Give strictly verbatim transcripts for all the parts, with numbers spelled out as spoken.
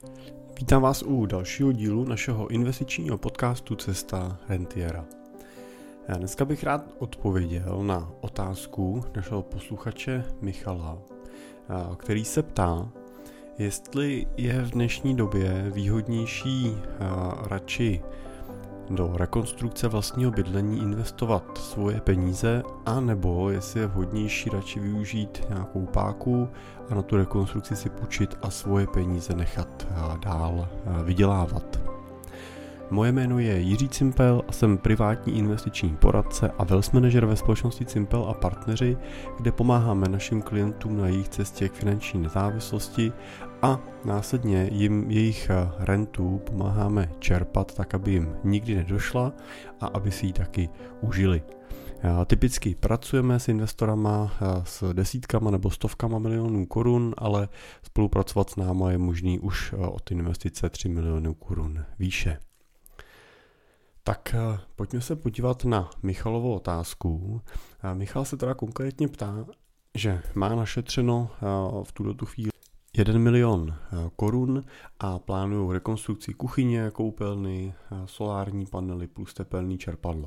Vítám vás u dalšího dílu našeho investičního podcastu Cesta rentiera. Dneska bych rád odpověděl na otázku našeho posluchače Michala, který se ptá, jestli je v dnešní době výhodnější radši do rekonstrukce vlastního bydlení investovat svoje peníze, anebo jestli je vhodnější radši využít nějakou páku a na tu rekonstrukci si půjčit a svoje peníze nechat dál vydělávat. Moje jméno je Jiří Cimpel a jsem privátní investiční poradce a wealth manager ve společnosti Cimpel a partneři, kde pomáháme našim klientům na jejich cestě k finanční nezávislosti a následně jim jejich rentu pomáháme čerpat tak, aby jim nikdy nedošla a aby si ji taky užili. Typicky pracujeme s investorama s desítkama nebo stovkama milionů korun, ale spolupracovat s náma je možný už od investice tři miliony korun výše. Tak pojďme se podívat na Michalovu otázku. Michal se teda konkrétně ptá, že má našetřeno v tuto chvíli jeden milion korun a plánují rekonstrukci kuchyně, koupelny, solární panely plus tepelný čerpadlo.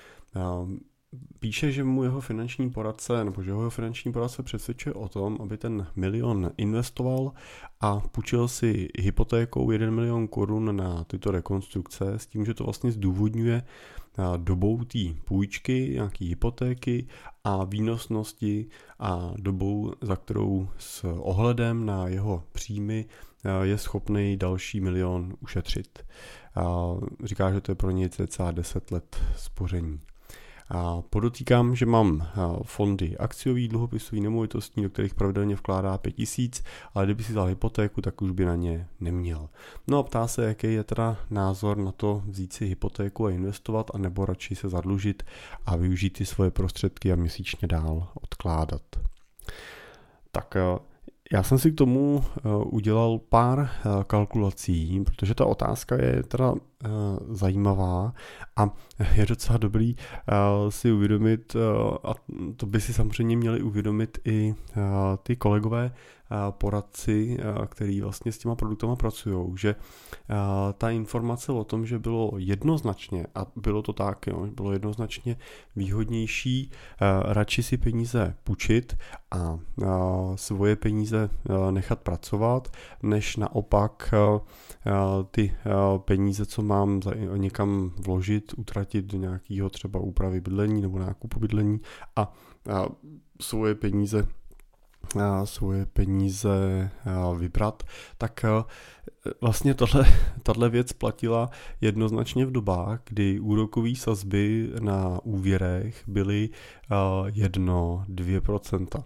Píše, že mu jeho finanční poradce, nebo že jeho finanční poradce přesvědčuje o tom, aby ten milion investoval a půjčil si hypotékou jeden milion korun na tyto rekonstrukce s tím, že to vlastně zdůvodňuje dobou té půjčky, nějaký hypotéky a výnosnosti a dobou, za kterou s ohledem na jeho příjmy je schopný další milion ušetřit. Říká, že to je pro něj cca deset let spoření. A podotýkám, že mám fondy akciový, dluhopisový, nemovitostní, do kterých pravidelně vkládá pět tisíc, ale kdyby si vzal hypotéku, tak už by na ně neměl. No a ptá se, jaký je teda názor na to vzít si hypotéku a investovat, anebo radši se zadlužit a využít ty svoje prostředky a měsíčně dál odkládat. Tak já jsem si k tomu udělal pár kalkulací, protože ta otázka je teda zajímavá a je docela dobrý si uvědomit, a to by si samozřejmě měli uvědomit i ty kolegové poradci, který vlastně s těma produktama pracují, že ta informace o tom, že bylo jednoznačně, a bylo to tak, jo, bylo jednoznačně výhodnější radši si peníze půjčit a svoje peníze nechat pracovat, než naopak ty peníze, co mám někam vložit, utratit do nějakého třeba úpravy bydlení nebo nákupu bydlení a svoje peníze svoje peníze vybrat, tak vlastně tahle, tahle věc platila jednoznačně v dobách, kdy úrokové sazby na úvěrech byly jedno až dvě procenta.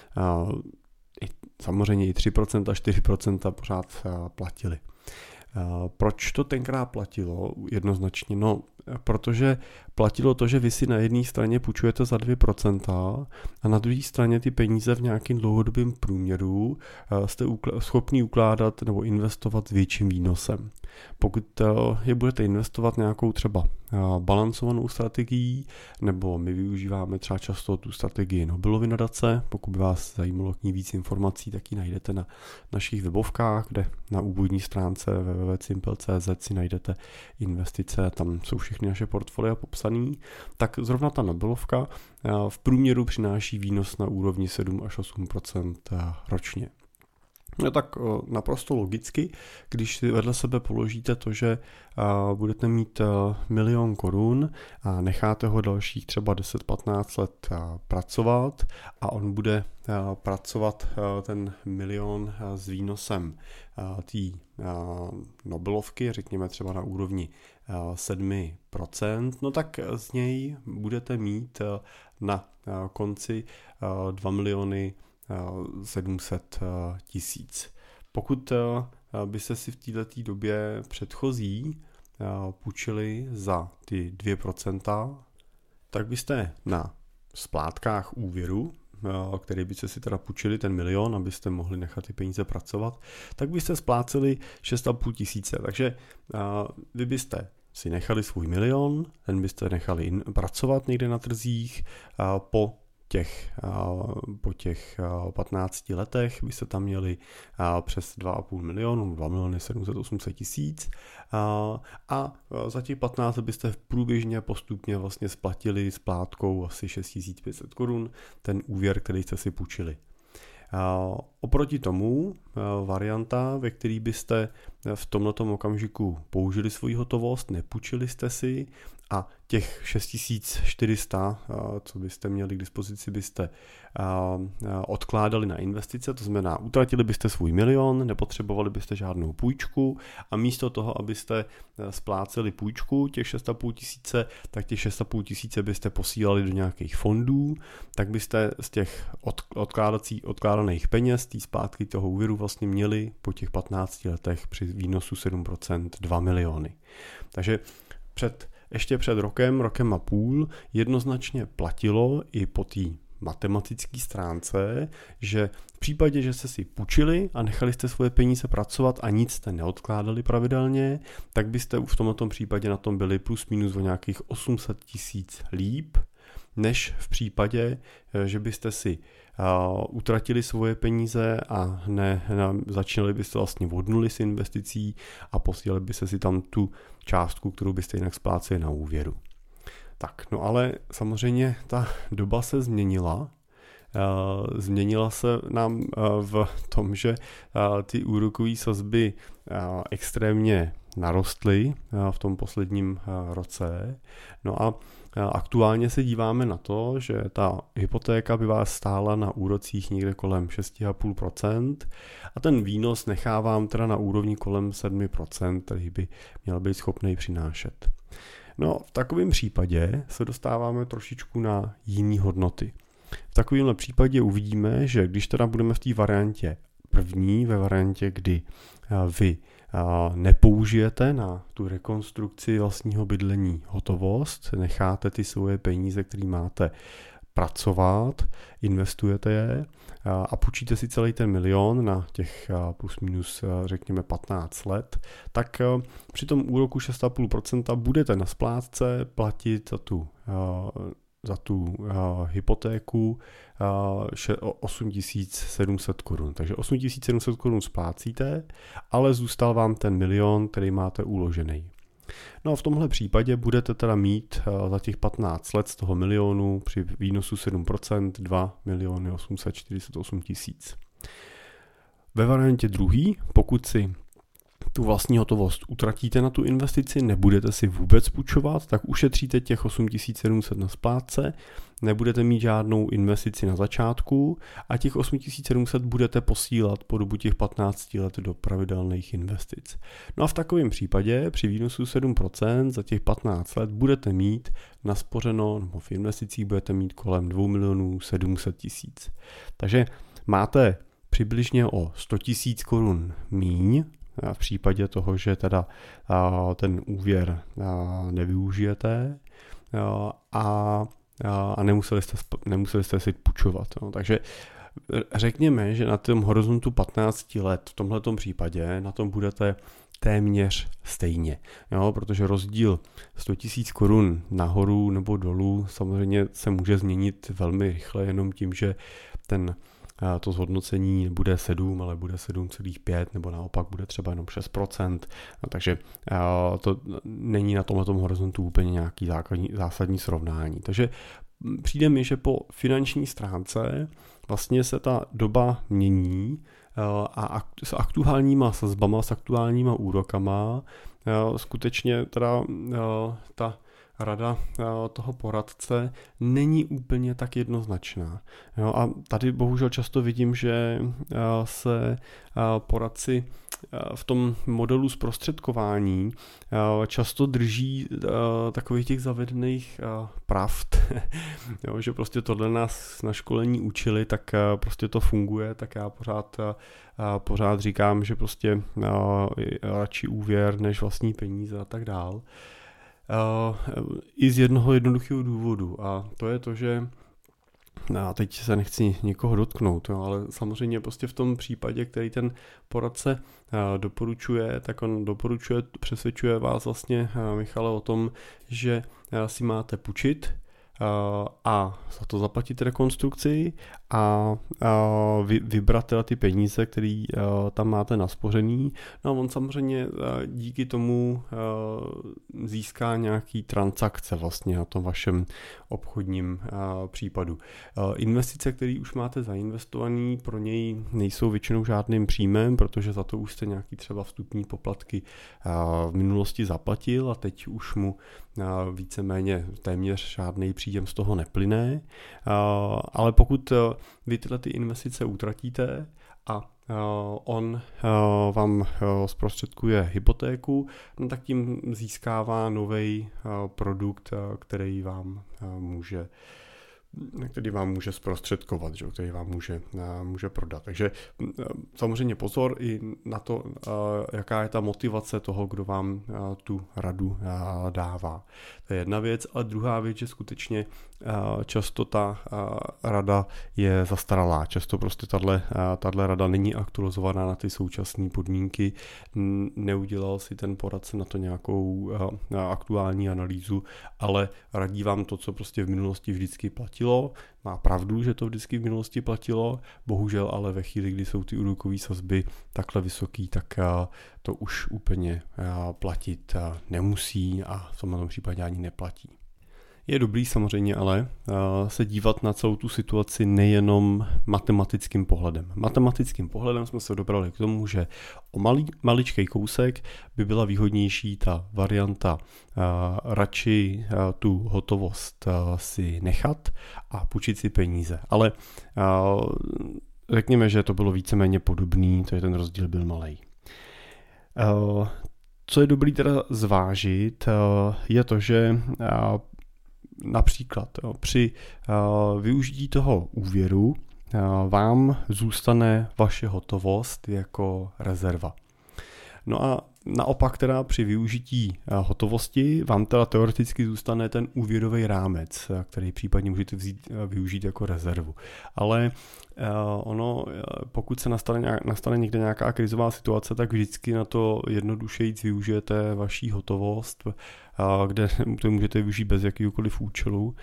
Samozřejmě i tři procenta, čtyři procenta pořád platily. Proč to tenkrát platilo jednoznačně? No, protože platilo to, že vy si na jedné straně půjčujete za dvě procenta a na druhé straně ty peníze v nějakém dlouhodobém průměru jste schopni ukládat nebo investovat s větším výnosem. Pokud je budete investovat nějakou třeba balancovanou strategií, nebo my využíváme třeba často tu strategii Nobelovy nadace, pokud by vás zajímalo k ní víc informací, tak ji najdete na našich webovkách, kde na úvodní stránce w w w tečka cimpel tečka c z si najdete investice, tam jsou všechny naše portfolia popsaný, tak zrovna ta Nobelovka v průměru přináší výnos na úrovni sedm až osm procent ročně. No tak naprosto logicky, když si vedle sebe položíte to, že budete mít milion korun a necháte ho dalších třeba deset až patnáct let pracovat a on bude pracovat ten milion s výnosem té Nobelovky, řekněme třeba na úrovni sedm procent, no tak z něj budete mít na konci dva miliony sedm set tisíc. Pokud byste si v této době předchozí půjčili za ty dvě procenta, tak byste na splátkách úvěru, který byste si teda půjčili ten milion, abyste mohli nechat ty peníze pracovat, tak byste spláceli šest a půl tisíce. Takže vy byste si nechali svůj milion, ten byste nechali pracovat někde na trzích, po těch, po těch patnácti letech byste tam měli přes dva a půl milionu, dva miliony sedm set osm set tisíc a za těch patnáct let byste průběžně postupně vlastně splatili splátkou asi šest tisíc pět set korun ten úvěr, který jste si půjčili. Oproti tomu varianta, ve které byste v tomto okamžiku použili svoji hotovost, nepůjčili jste si a těch šest tisíc čtyři sta, co byste měli k dispozici, byste odkládali na investice, to znamená, utratili byste svůj milion, nepotřebovali byste žádnou půjčku a místo toho, abyste spláceli půjčku těch šest a půl tisíce, tak těch šest a půl tisíce byste posílali do nějakých fondů, tak byste z těch odkládací, odkládaných peněz, té splátky toho úvěru vlastně měli po těch patnácti letech při výnosu sedm procent dva miliony. Takže před Ještě před rokem, rokem a půl jednoznačně platilo i po té matematické stránce, že v případě, že jste si půjčili a nechali jste svoje peníze pracovat a nic jste neodkládali pravidelně, tak byste v tomto případě na tom byli plus minus o nějakých osm set tisíc líp, než v případě, že byste si uh, utratili svoje peníze a ne, ne, začínali byste vlastně od nuly s investicí a posílali byste si tam tu částku, kterou byste jinak spláceli na úvěru. Tak, no ale samozřejmě ta doba se změnila. Uh, změnila se nám uh, v tom, že uh, ty úrokové sazby uh, extrémně narostly uh, v tom posledním uh, roce. No a aktuálně se díváme na to, že ta hypotéka by vás stála na úrocích někde kolem šest celá pět procenta a ten výnos nechávám teda na úrovni kolem sedm procent, který by měl být schopný přinášet. No, v takovém případě se dostáváme trošičku na jiné hodnoty. V takovémhle případě uvidíme, že když teda budeme v té variantě první, ve variantě, kdy vy nepoužijete na tu rekonstrukci vlastního bydlení hotovost, necháte ty svoje peníze, které máte, pracovat, investujete je a půjčíte si celý ten milion na těch plus minus řekněme patnáct let, tak při tom úroku šest celá pět procenta budete na splátce platit za tu za tu uh, hypotéku uh, osm tisíc sedm set korun. Takže osm tisíc sedm set korun splácíte, ale zůstal vám ten milion, který máte uložený. No a v tomhle případě budete teda mít uh, za těch patnáct let z toho milionu při výnosu sedm procent dva miliony osm set čtyřicet osm tisíc. Ve variantě druhý, pokud si tu vlastní hotovost utratíte na tu investici, nebudete si vůbec půjčovat, tak ušetříte těch osm tisíc sedm set na splátce, nebudete mít žádnou investici na začátku a těch osm tisíc sedm set budete posílat po dobu těch patnácti let do pravidelných investic. No a v takovém případě při výnosu sedm procent za těch patnáct let budete mít naspořeno, nebo v investicích budete mít kolem dva miliony sedm set tisíc. Takže máte přibližně o sto tisíc korun míň v případě toho, že teda ten úvěr nevyužijete a, a nemuseli, jste, nemuseli jste si půjčovat. No. Takže řekněme, že na tom horizontu patnácti let v tomhletom případě na tom budete téměř stejně, jo, protože rozdíl sto tisíc korun nahoru nebo dolů samozřejmě se může změnit velmi rychle jenom tím, že ten to zhodnocení bude sedm, ale bude sedm celá pět nebo naopak bude třeba jenom šest procent, no, takže to není na tomhletom horizontu úplně nějaký základní, zásadní srovnání. Takže přijde mi, že po finanční stránce vlastně se ta doba mění a s aktuálníma sazbama, s aktuálníma úrokama skutečně teda ta rada toho poradce není úplně tak jednoznačná. Jo, a tady bohužel často vidím, že se poradci v tom modelu zprostředkování často drží takových těch zavedených pravd, jo, že prostě tohle nás na školení učili, tak prostě to funguje, tak já pořád, pořád říkám, že prostě radši úvěr než vlastní peníze a tak dál. Uh, i z jednoho jednoduchého důvodu a to je to, že a teď se nechci nikoho dotknout, jo, ale samozřejmě prostě v tom případě, který ten poradce uh, doporučuje, tak on doporučuje, přesvědčuje vás vlastně, uh, Michale, o tom, že uh, si máte půjčit a za to zaplatit rekonstrukci a vy, vybrat teda ty peníze, které tam máte naspořený. No a on samozřejmě díky tomu získá nějaký transakce vlastně na tom vašem obchodním případu. Investice, které už máte zainvestované, pro něj nejsou většinou žádným příjmem, protože za to už jste nějaký třeba vstupní poplatky v minulosti zaplatil a teď už mu víceméně téměř žádný příjem z toho neplyne. Ale pokud vy tyhle ty investice utratíte a on vám zprostředkuje hypotéku, no tak tím získává nový produkt, který vám může který vám může zprostředkovat, že? Který vám může, může prodat. Takže samozřejmě pozor i na to, jaká je ta motivace toho, kdo vám tu radu dává. To je jedna věc. A druhá věc, že skutečně často ta rada je zastaralá. Často prostě tahle rada není aktualizovaná na ty současné podmínky. Neudělal si ten poradce na to nějakou aktuální analýzu, ale radí vám to, co prostě v minulosti vždycky platilo. Má pravdu, že to vždycky v minulosti platilo, bohužel ale ve chvíli, kdy jsou ty úrokové sazby takhle vysoký, tak to už úplně platit nemusí a v tomhle případě ani neplatí. Je dobrý samozřejmě ale se dívat na celou tu situaci nejenom matematickým pohledem. Matematickým pohledem jsme se dobrali k tomu, že o malý, maličkej kousek by byla výhodnější ta varianta radši tu hotovost si nechat a půjčit si peníze. Ale řekněme, že to bylo víceméně podobný, takže ten rozdíl byl malej. Co je dobrý teda zvážit, je to, že například jo, při uh, využití toho úvěru uh, vám zůstane vaše hotovost jako rezerva. No a naopak teda při využití uh, hotovosti vám teda teoreticky zůstane ten úvěrový rámec, uh, který případně můžete vzít, uh, využít jako rezervu. Ale uh, ono, uh, pokud se nastane, nějak, nastane někde nějaká krizová situace, tak vždycky na to jednodušejíc využijete vaší hotovost, kde to můžete využít bez jakýkoliv účelu,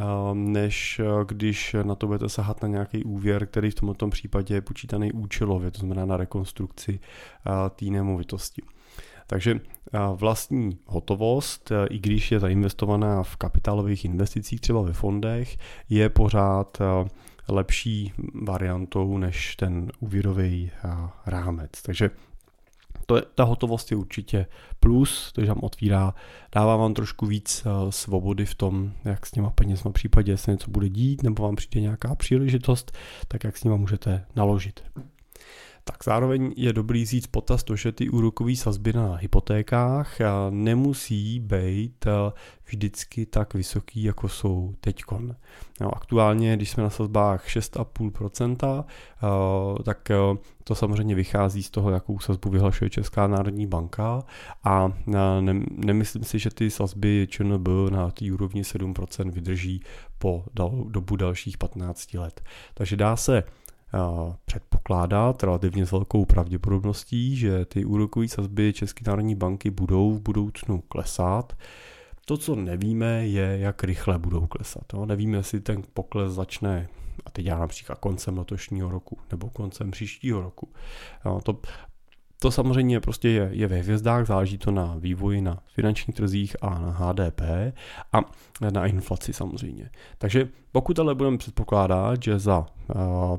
než když na to budete sahat na nějaký úvěr, který v tomto případě je počítaný účelově, to znamená na rekonstrukci té nemovitosti. Takže vlastní hotovost, i když je zainvestovaná v kapitálových investicích, třeba ve fondech, je pořád lepší variantou než ten úvěrový rámec. Takže to je, ta hotovost je určitě plus, takže vám otvírá, dává vám trošku víc uh, svobody v tom, jak s těma penězma v případě se něco bude dít, nebo vám přijde nějaká příležitost, tak jak s nima můžete naložit. Tak zároveň je dobrý vzít potaz to, že ty úrokové sazby na hypotékách nemusí být vždycky tak vysoký, jako jsou teďkon. No, aktuálně, když jsme na sazbách šest celá pět procenta, tak to samozřejmě vychází z toho, jakou sazbu vyhlašuje Česká národní banka a ne, nemyslím si, že ty sazby ČNB na té úrovni sedm procent vydrží po dobu dalších patnáct let. Takže dá se předpokládat relativně s velkou pravděpodobností, že ty úrokové sazby České národní banky budou v budoucnu klesat. To, co nevíme, je, jak rychle budou klesat. No, nevíme, jestli ten pokles začne, a teď já například koncem letošního roku nebo koncem příštího roku. No, to, to samozřejmě prostě je, je ve hvězdách, záleží to na vývoji na finančních trzích a na H D P a na inflaci samozřejmě. Takže pokud ale budeme předpokládat, že za uh,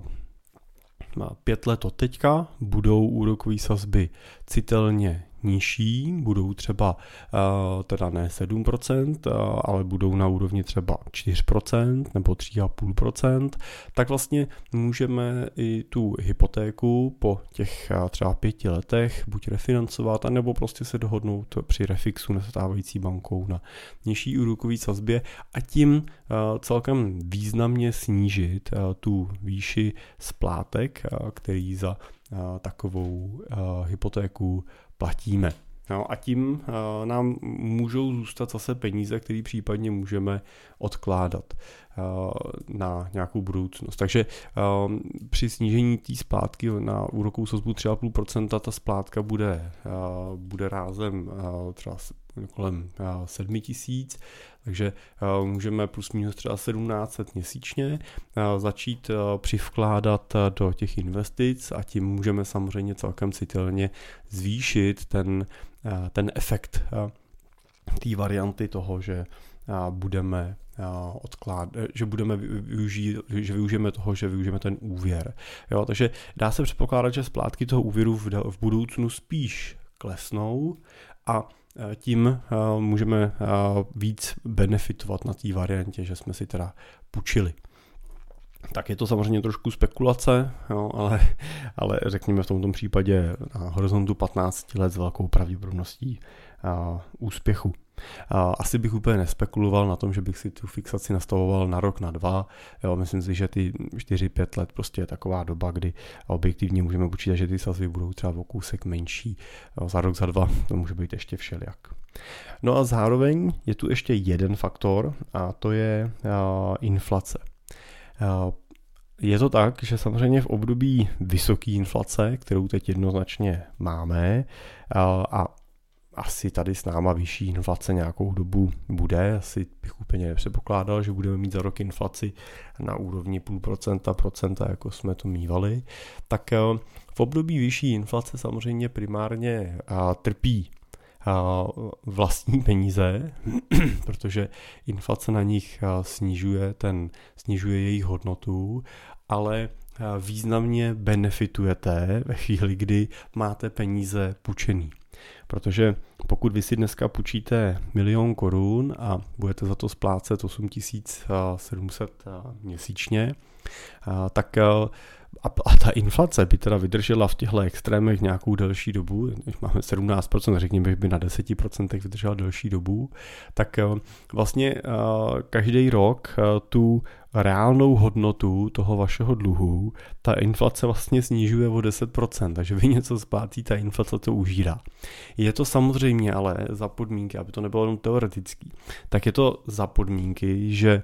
pět let od teďka budou úrokové sazby citelně nižší, budou třeba uh, teda ne sedm procent, uh, ale budou na úrovni třeba čtyři procenta nebo tři celá pět procenta, tak vlastně můžeme i tu hypotéku po těch uh, třeba pěti letech buď refinancovat, anebo prostě se dohodnout při refixu nestávající bankou na nižší úrokové sazbě a tím uh, celkem významně snížit uh, tu výši splátek, uh, který za uh, takovou uh, hypotéku platíme. No a tím uh, nám můžou zůstat zase peníze, které případně můžeme odkládat uh, na nějakou budoucnost. Takže uh, při snížení té splátky na úrokovou sazbu tři celá pět procenta ta splátka bude, uh, bude rázem uh, třeba kolem sedm tisíc, takže můžeme plus minus třeba sedmnáct set měsíčně začít přivkládat do těch investic a tím můžeme samozřejmě celkem citelně zvýšit ten, ten efekt té varianty toho, že budeme odklad, že budeme využít, že využijeme toho, že využijeme ten úvěr. Jo, takže dá se předpokládat, že splátky toho úvěru v, v budoucnu spíš klesnou a tím můžeme víc benefitovat na té variantě, že jsme si teda půjčili. Tak je to samozřejmě trošku spekulace, jo, ale, ale řekněme v tomto případě na horizontu patnáct let s velkou pravděpodobností a, úspěchu. A, asi bych úplně nespekuloval na tom, že bych si tu fixaci nastavoval na rok, na dva. Jo, myslím si, že ty čtyři pět let prostě je taková doba, kdy objektivně můžeme počítat, že ty sazby budou třeba o kousek menší. Jo, za rok, za dva to může být ještě všelijak. No a zároveň je tu ještě jeden faktor a to je a, inflace. Je to tak, že samozřejmě v období vysoké inflace, kterou teď jednoznačně máme, a asi tady s náma vyšší inflace nějakou dobu bude, asi bych úplně nepředpokládal, že budeme mít za rok inflaci na úrovni půl procenta, procenta, jako jsme to mívali, tak v období vyšší inflace samozřejmě primárně trpí vlastní peníze, protože inflace na nich snižuje, ten, snižuje jejich hodnotu, ale významně benefitujete ve chvíli, kdy máte peníze půjčený. Protože pokud vy si dneska půjčíte milion korun a budete za to splácet osm tisíc sedm set měsíčně, tak a, a ta inflace by teda vydržela v těchto extrémech nějakou delší dobu, když máme sedmnáct procent, řekněme, že by na deset procent vydržela delší dobu, tak vlastně každý rok tu reálnou hodnotu toho vašeho dluhu ta inflace vlastně snižuje o deset procent, takže vy něco splácí, ta inflace to užírá. Je to samozřejmě ale za podmínky, aby to nebylo jenom teoretický, tak je to za podmínky, že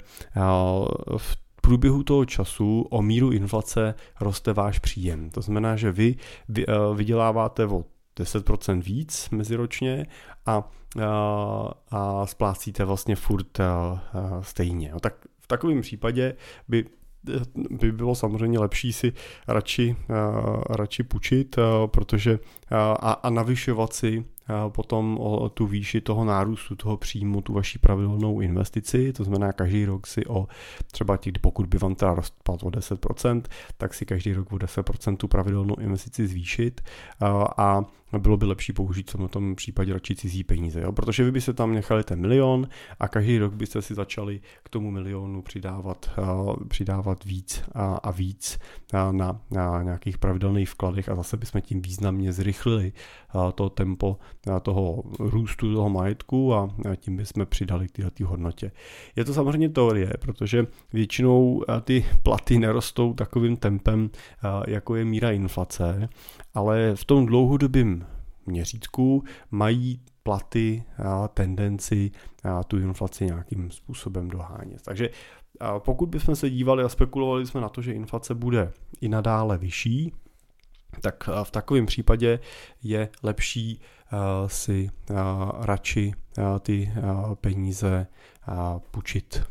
v průběhu toho času o míru inflace roste váš příjem. To znamená, že vy vyděláváte o deset procent víc meziročně a, a, a splácíte vlastně furt a, a stejně. No, tak v takovém případě by by bylo samozřejmě lepší si radši, a, radši půjčit, a, protože a, a navyšovat si a potom o tu výši toho nárůstu, toho příjmu, tu vaši pravidelnou investici, to znamená každý rok si o třeba těch, pokud by vám teda rostl o deset procent, tak si každý rok o deset procent tu pravidelnou investici zvýšit a, a bylo by lepší použít v tom případě radši cizí peníze, jo? Protože vy byste tam nechali ten milion a každý rok byste si začali k tomu milionu přidávat, uh, přidávat víc a, a víc uh, na, na nějakých pravidelných vkladech a zase bychom tím významně zrychlili uh, to tempo uh, toho růstu toho majetku a, a tím bychom přidali k této hodnotě. Je to samozřejmě teorie, protože většinou uh, ty platy nerostou takovým tempem, uh, jako je míra inflace, ale v tom dlouhodobém měřítku mají platy a tendenci a tu inflaci nějakým způsobem dohánět. Takže pokud bychom se dívali a spekulovali jsme na to, že inflace bude i nadále vyšší, tak v takovém případě je lepší si radši ty peníze půjčit.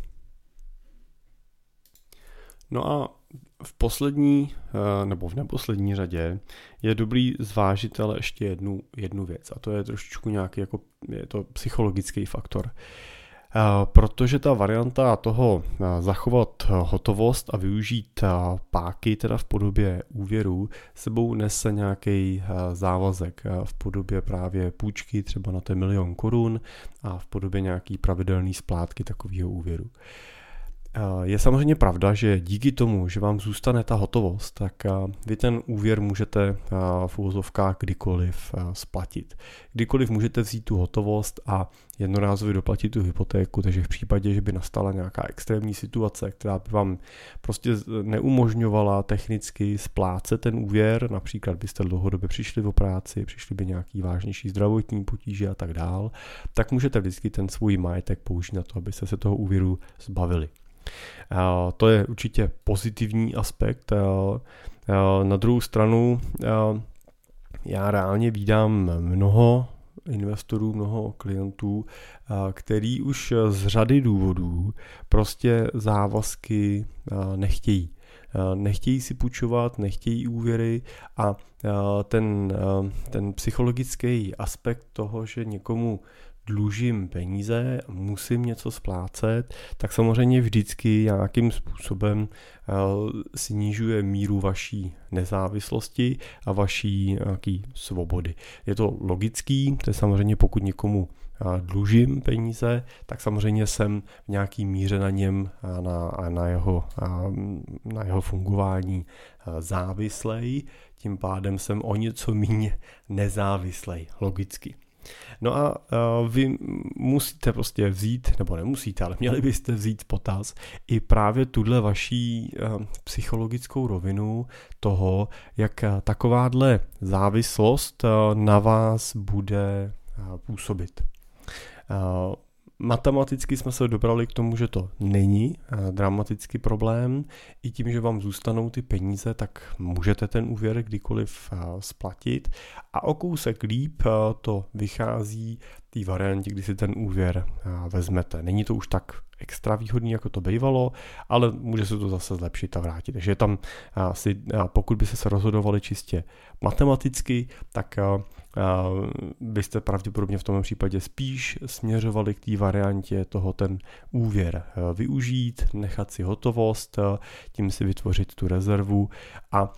No a v poslední nebo v neposlední řadě je dobrý zvážit ale ještě jednu, jednu věc a to je trošičku nějaký jako je to psychologický faktor. Protože ta varianta toho zachovat hotovost a využít páky teda v podobě úvěru sebou nese nějaký závazek v podobě právě půjčky třeba na ten milion korun a v podobě nějaký pravidelný splátky takového úvěru. Je samozřejmě pravda, že díky tomu, že vám zůstane ta hotovost, tak vy ten úvěr můžete v uvozovkách kdykoliv splatit. Kdykoliv můžete vzít tu hotovost a jednorázově doplatit tu hypotéku, takže v případě, že by nastala nějaká extrémní situace, která by vám prostě neumožňovala technicky splácet ten úvěr, například byste dlouhodobě přišli o práci, přišli by nějaký vážnější zdravotní potíže a tak dál, tak můžete vždycky ten svůj majetek použít na to, abyste se toho úvěru zbavili. To je určitě pozitivní aspekt. Na druhou stranu já reálně vídám mnoho investorů, mnoho klientů, který už z řady důvodů prostě závazky nechtějí. Nechtějí si půjčovat, nechtějí úvěry a ten, ten psychologický aspekt toho, že někomu dlužím peníze, musím něco splácet, tak samozřejmě vždycky nějakým způsobem snižuje míru vaší nezávislosti a vaší nějaký svobody. Je to logický, to je samozřejmě pokud někomu dlužím peníze, tak samozřejmě jsem v nějaký míře na něm a na, a na, jeho, a na jeho fungování závislej, tím pádem jsem o něco méně nezávislej, logicky. No a vy musíte prostě vzít, nebo nemusíte, ale měli byste vzít potaz i právě tuhle vaší psychologickou rovinu toho, jak takováhle závislost na vás bude působit. Matematicky jsme se dobrali k tomu, že to není dramatický problém. I tím, že vám zůstanou ty peníze, tak můžete ten úvěr kdykoliv splatit. A o kousek líp to vychází té variantě, kdy si ten úvěr vezmete. Není to už tak extra výhodný, jako to bývalo, ale může se to zase zlepšit a vrátit. Takže tam asi, pokud by se rozhodovali čistě matematicky, tak byste pravděpodobně v tom případě spíš směřovali k té variantě toho ten úvěr využít, nechat si hotovost, tím si vytvořit tu rezervu a, a,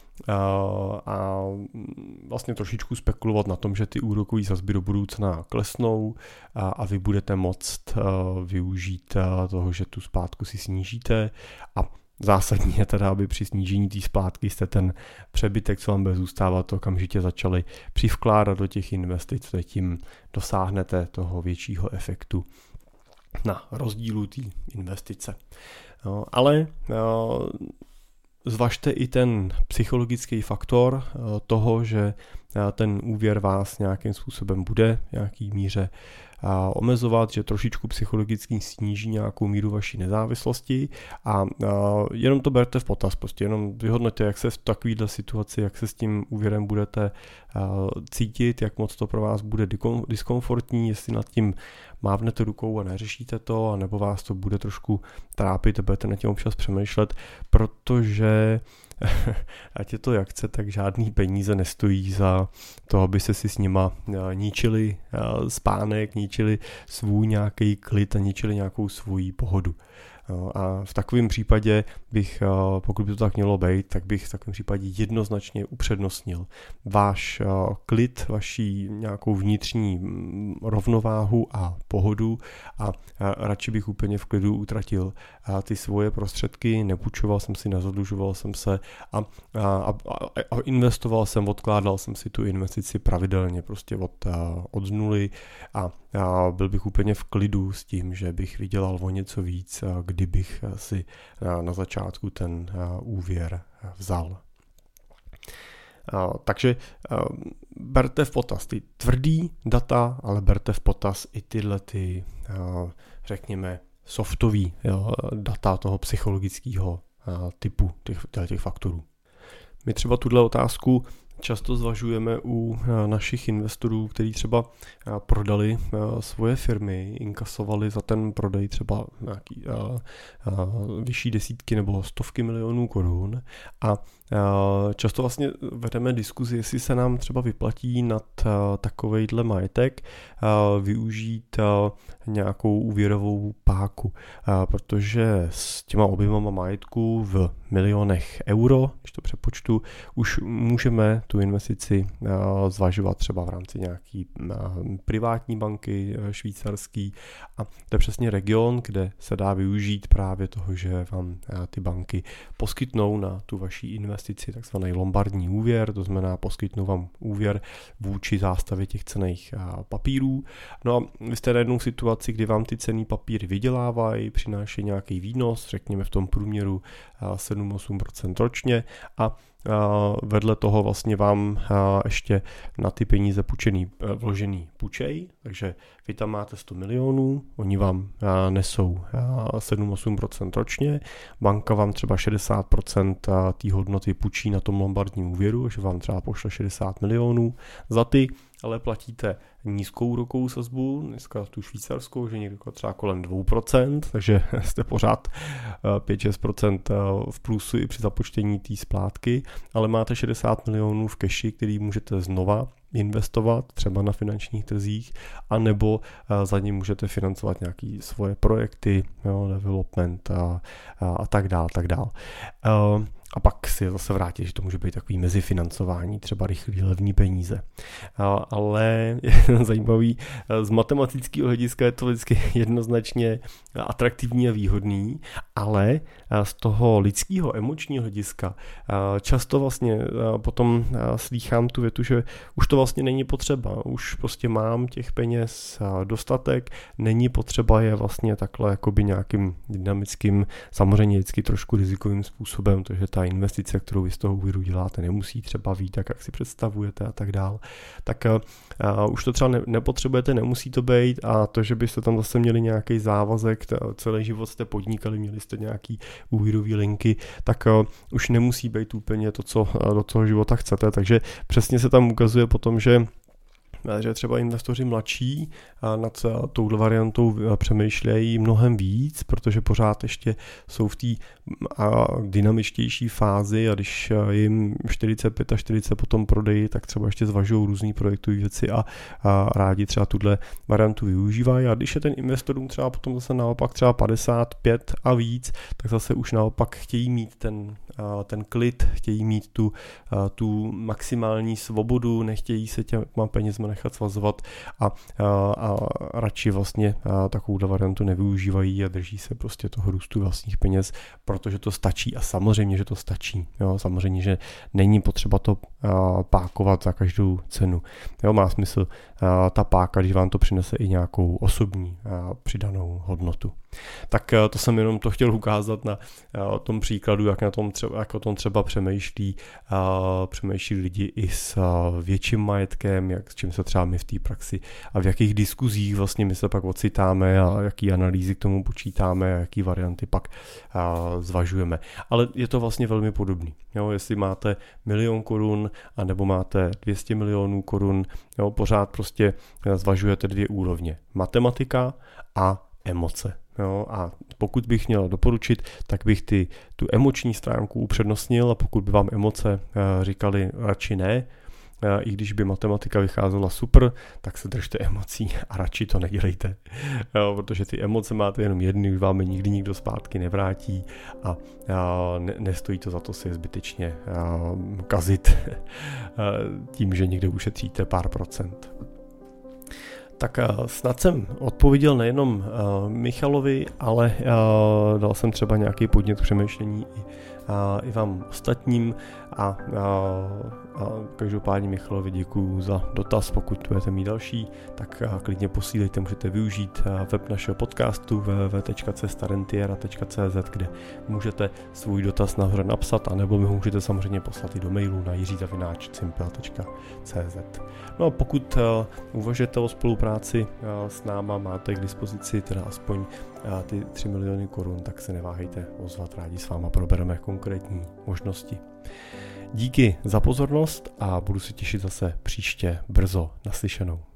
a vlastně trošičku spekulovat na tom, že ty úrokové sazby do budoucna klesnou a, a vy budete moct využít toho, že tu splátku si snížíte a zásadní je teda, aby při snížení té splátky jste ten přebytek, co vám bude zůstávat, okamžitě začali přivkládat do těch investic, to tím dosáhnete toho většího efektu na rozdílu té investice. No, ale no, zvažte i ten psychologický faktor toho, že ten úvěr vás nějakým způsobem bude v nějaký míře omezovat, že trošičku psychologicky sníží nějakou míru vaší nezávislosti a jenom to berte v potaz, prostě jenom vyhodnoťte, jak se v takovéhle situaci, jak se s tím úvěrem budete cítit, jak moc to pro vás bude diskomfortní, jestli nad tím mávnete rukou a neřešíte to, anebo vás to bude trošku trápit a budete nad tím občas přemýšlet, protože ať je to jak chce, tak žádný peníze nestojí za to, aby se si s nima ničili spánek, ničili svůj nějaký klid a ničili nějakou svoji pohodu. A v takovém případě bych, pokud by to tak mělo být, tak bych v takovém případě jednoznačně upřednostnil váš klid, vaší nějakou vnitřní rovnováhu a pohodu a radši bych úplně v klidu utratil ty svoje prostředky, nepůjčoval jsem si, nezadlužoval jsem se a, a, a investoval jsem, odkládal jsem si tu investici pravidelně prostě od, od nuly a, a byl bych úplně v klidu s tím, že bych vydělal o něco víc, kdybych si na začátku ten úvěr vzal. Takže berte v potaz ty tvrdý data, ale berte v potaz i tyhle ty, řekněme, softový data toho psychologického typu těch, těch faktorů. My třeba tuhle otázku často zvažujeme u našich investorů, kteří třeba prodali svoje firmy, inkasovali za ten prodej třeba nějaký vyšší desítky nebo stovky milionů korun a často vlastně vedeme diskuzi, jestli se nám třeba vyplatí nad takovejhle majetek využít nějakou úvěrovou páku, protože s těma objemama majetku v milionech euro, když to přepočtu, už můžeme tu investici zvažovat třeba v rámci nějaký privátní banky švýcarský a to je přesně region, kde se dá využít právě toho, že vám ty banky poskytnou na tu vaši investici takzvaný lombardní úvěr, to znamená poskytnou vám úvěr vůči zástavě těch cenných papírů. No a vy jste na jednou situaci, kdy vám ty cenný papíry vydělávají, přináší nějaký výnos, řekněme v tom průměru sedm až osm procent ročně a vedle toho vlastně vám ještě na ty peníze půjčený, vložený půjčej, takže vy tam máte sto milionů, oni vám nesou sedm až osm procent ročně, banka vám třeba šedesát procent té hodnoty půjčí na tom lombardním úvěru, že vám třeba pošle šedesát milionů za ty ale platíte nízkou úrokovou sazbu, dneska tu švýcarskou, že někdo třeba kolem dvě procenta, takže jste pořád pět až šest procent v plusu i při započtení té splátky, ale máte šedesát milionů v keši, který můžete znova investovat třeba na finančních trzích, anebo za ně můžete financovat nějaké svoje projekty, jo, development a, a, a tak dál, tak dál. Uh, A pak si zase vrátit, že to může být takový mezifinancování, třeba rychlý, levní peníze. Ale je zajímavý, z matematického hlediska je to vždycky jednoznačně atraktivní a výhodný, ale z toho lidského, emočního hlediska často vlastně potom slýchám tu větu, že už to vlastně není potřeba, už prostě mám těch peněz dostatek, není potřeba je vlastně takhle jakoby nějakým dynamickým, samozřejmě vždycky trošku rizikovým způsobem, protože ta investice, kterou vy z toho úvěru děláte, nemusí třeba být tak, jak si představujete a tak dál, tak uh, už to třeba ne, nepotřebujete, nemusí to být a to, že byste tam zase měli nějaký závazek, t- celý život jste podnikali, měli jste nějaký úvěrový linky, tak uh, už nemusí být úplně to, co uh, do toho života chcete, takže přesně se tam ukazuje potom, že že třeba investoři mladší nad touhle variantou přemýšlejí mnohem víc, protože pořád ještě jsou v té dynamičtější fázi a když jim čtyřicet pět a čtyřicet potom prodejí, tak třeba ještě zvažují různý projektové věci a, a rádi třeba tuhle variantu využívají a když je ten investorům třeba potom zase naopak třeba padesát pět a víc, tak zase už naopak chtějí mít ten, ten klid, chtějí mít tu, tu maximální svobodu, nechtějí se těma penězma nechat svazovat a, a, a radši vlastně takovou variantu nevyužívají a drží se prostě toho růstu vlastních peněz, protože to stačí a samozřejmě, že to stačí. Jo, samozřejmě, že není potřeba to a, pákovat za každou cenu. Jo, má smysl a, ta páka, když vám to přinese i nějakou osobní a, přidanou hodnotu. Tak to jsem jenom to chtěl ukázat na uh, tom příkladu, jak, na tom třeba, jak o tom třeba přemýšlí, uh, přemýšlí lidi i s uh, větším majetkem, jak, s čím se třeba my v té praxi a v jakých diskuzích vlastně my se pak ocitáme a jaký analýzy k tomu počítáme a jaký varianty pak uh, zvažujeme. Ale je to vlastně velmi podobný. Jo, jestli máte milion korun a nebo máte dvě stě milionů korun, jo, pořád prostě zvažujete dvě úrovně. Matematika a emoce. Jo, a pokud bych měl doporučit, tak bych ty, tu emoční stránku upřednostnil a pokud by vám emoce e, říkali radši ne, e, i když by matematika vycházela super, tak se držte emocí a radši to nedělejte, jo, protože ty emoce máte jenom jedny, už vám nikdy nikdo zpátky nevrátí a, a ne, nestojí to za to si je zbytečně a, kazit tím, že někde ušetříte pár procent. Tak snad jsem odpověděl nejenom uh, Michalovi, ale uh, dal jsem třeba nějaký podnět k přemýšlení i, uh, i vám ostatním a, uh, a každopádně Michalovi děkuju za dotaz, pokud budete mít další, tak uh, klidně posílejte, můžete využít uh, web našeho podcastu w w w tečka cesta rentiera tečka c z, kde můžete svůj dotaz nahoře napsat, anebo mi ho můžete samozřejmě poslat i do mailu na jiří zavináč cimpel tečka c z. No a pokud uh, uvažujete o spolupráci uh, s náma, máte k dispozici teda aspoň uh, ty tři miliony korun, tak se neváhejte ozvat, rádi s váma probereme konkrétní možnosti. Díky za pozornost a budu se těšit zase příště brzo. Naslyšenou.